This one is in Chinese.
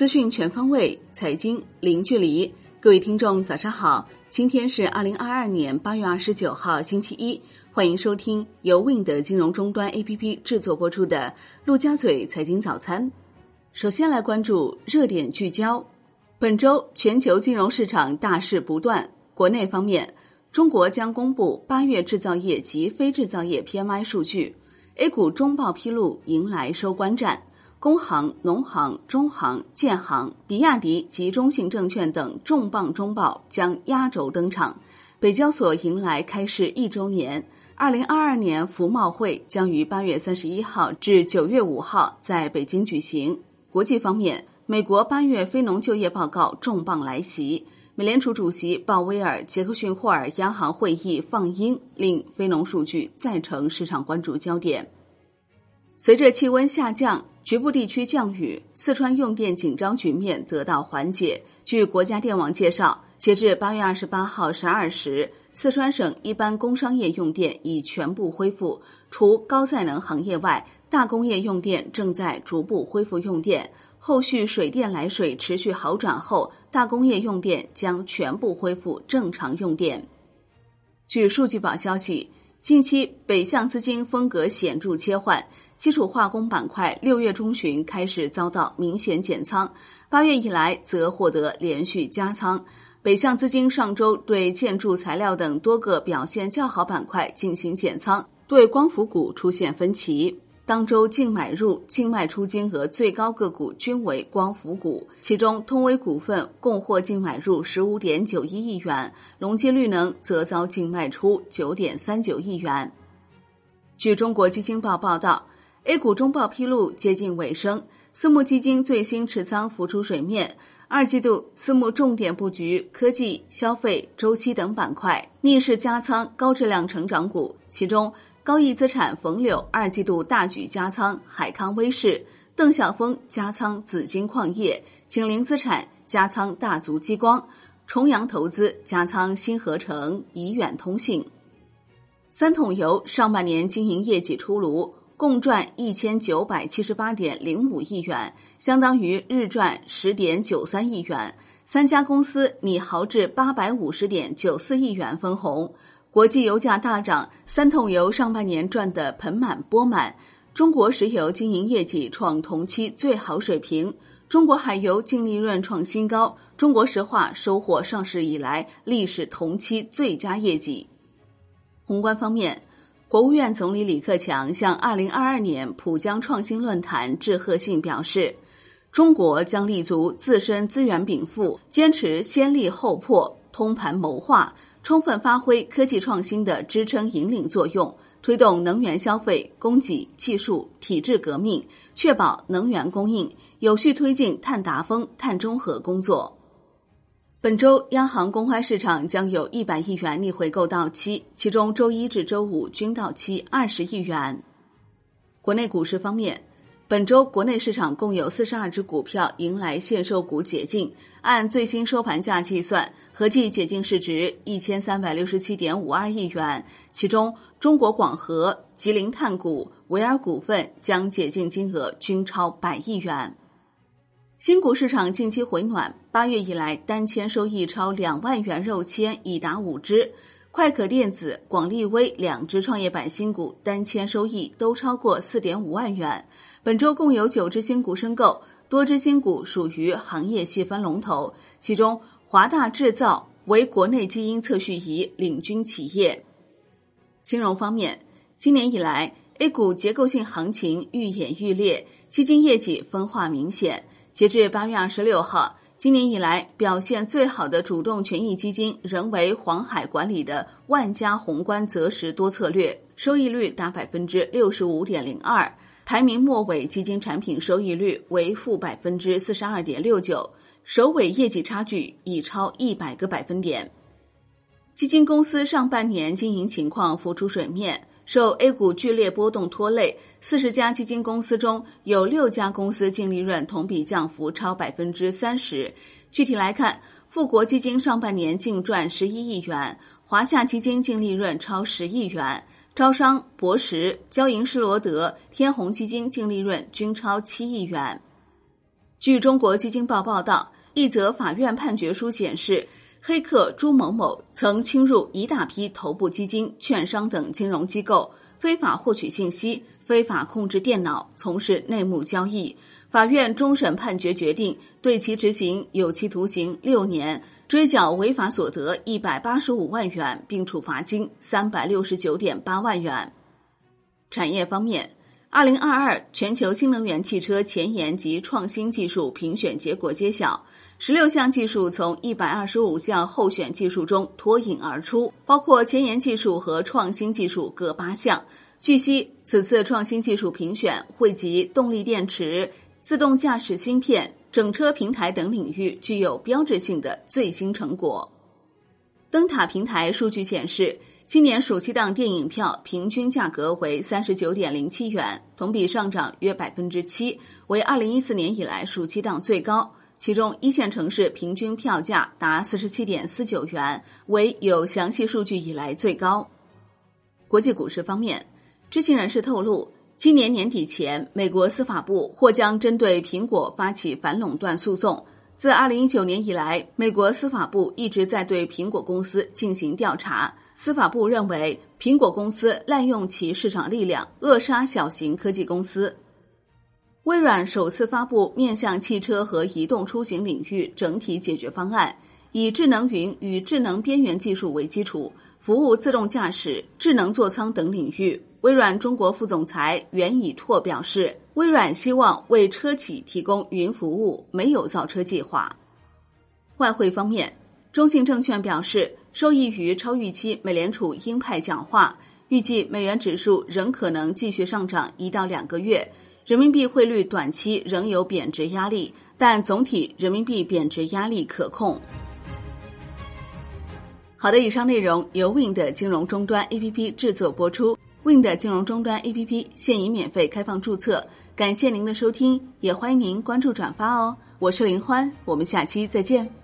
资讯全方位，财经零距离。各位听众早上好，今天是2022年8月29号星期一，欢迎收听由 Wind 金融终端 APP 制作播出的陆家嘴财经早餐。首先来关注热点聚焦。本周全球金融市场大事不断，国内方面，中国将公布8月制造业及非制造业 PMI 数据， A 股中报披露迎来收官战，工行、农行、中行、建行、比亚迪及中信证券等重磅中报将压轴登场。北交所迎来开市1周年，2022年服贸会将于8月31号至9月5号在北京举行。国际方面，美国8月非农就业报告重磅来袭，美联储主席鲍威尔杰克逊霍尔央行会议放鹰，令非农数据再成市场关注焦点。随着气温下降，局部地区降雨，四川用电紧张局面得到缓解。据国家电网介绍，截至8月28号12时，四川省一般工商业用电已全部恢复，除高载能行业外，大工业用电正在逐步恢复用电。后续水电来水持续好转后，大工业用电将全部恢复正常用电。据数据宝消息，近期北向资金风格显著切换，基础化工板块6月中旬开始遭到明显减仓，8月以来则获得连续加仓。北向资金上周对建筑材料等多个表现较好板块进行减仓，对光伏股出现分歧。当周净买入、净卖出金额最高个股均为光伏股，其中通威股份共获净买入 15.91 亿元，隆基绿能则遭净卖出 9.39 亿元。据中国基金报报道，A 股中报披露接近尾声，私募基金最新持仓浮出水面。二季度私募重点布局科技、消费、周期等板块，逆势加仓高质量成长股，其中高毅资产冯柳二季度大举加仓海康威视，邓晓峰加仓紫金矿业，景陵资产加仓大族激光，重阳投资加仓新合成、怡远通信。三桶油上半年经营业绩出炉，共赚 1978.05 亿元，相当于日赚 10.93 亿元。三家公司拟豪掷 850.94 亿元分红。国际油价大涨，三桶油上半年赚得盆满钵满。中国石油经营业绩创同期最好水平，中国海油净利润创新高，中国石化收获上市以来历史同期最佳业绩。宏观方面，国务院总理李克强向2022年浦江创新论坛致贺信表示，中国将立足自身资源禀赋，坚持先立后破，通盘谋划，充分发挥科技创新的支撑引领作用，推动能源消费、供给、技术、体制革命，确保能源供应，有序推进碳达峰、碳中和工作。本周央行公开市场将有100亿元逆回购到期，其中周一至周五均到期20亿元。国内股市方面，本周国内市场共有42只股票迎来限售股解禁，按最新收盘价计算，合计解禁市值 1367.52 亿元，其中中国广核、吉林碳股、维尔股份将解禁金额均超100亿元。新股市场近期回暖，8月以来单签收益超2万元肉签已达5只，快可电子、广利威2只创业板新股单签收益都超过 4.5 万元。本周共有9只新股申购，多只新股属于行业细分龙头，其中华大制造为国内基因测序仪领军企业。金融方面，今年以来 A 股结构性行情愈演愈烈，基金业绩分化明显。截至8月26号，今年以来表现最好的主动权益基金仍为黄海管理的万家宏观择时多策略，收益率达 65.02%， 排名末尾基金产品收益率为负 42.69%， 首尾业绩差距已超100个百分点。基金公司上半年经营情况浮出水面，受 A 股剧烈波动拖累，40家基金公司中有6家公司净利润同比降幅超 30%。 具体来看，富国基金上半年净赚11亿元，华夏基金净利润超10亿元，招商、博时、交银施罗德、天弘基金净利润均超7亿元。 据中国基金报报道，一则法院判决书显示，黑客朱某某曾侵入一大批头部基金、券商等金融机构，非法获取信息，非法控制电脑，从事内幕交易。法院终审判决决定对其执行有期徒刑6年，追缴违法所得185万元，并处罚金369.8万元。产业方面，2022全球新能源汽车前沿及创新技术评选结果揭晓，16项技术从125项候选技术中脱颖而出，包括前沿技术和创新技术各8项。据悉，此次创新技术评选汇集动力电池、自动驾驶芯片、整车平台等领域具有标志性的最新成果。灯塔平台数据显示，今年暑期档电影票平均价格为 39.07 元，同比上涨约 7%， 为2014年以来暑期档最高。其中一线城市平均票价达 47.49 元，为有详细数据以来最高。国际股市方面，知情人士透露，今年年底前，美国司法部或将针对苹果发起反垄断诉讼。自2019年以来，美国司法部一直在对苹果公司进行调查。司法部认为，苹果公司滥用其市场力量，扼杀小型科技公司。微软首次发布面向汽车和移动出行领域整体解决方案，以智能云与智能边缘技术为基础，服务自动驾驶、智能座舱等领域。微软中国副总裁袁以拓表示，微软希望为车企提供云服务，没有造车计划。外汇方面，中信证券表示，受益于超预期美联储鹰派讲话，预计美元指数仍可能继续上涨1到2个月，人民币汇率短期仍有贬值压力，但总体人民币贬值压力可控。好的，以上内容由 Win 的金融终端 APP 制作播出。Win 的金融终端 APP 现已免费开放注册，感谢您的收听，也欢迎您关注转发哦。我是林欢，我们下期再见。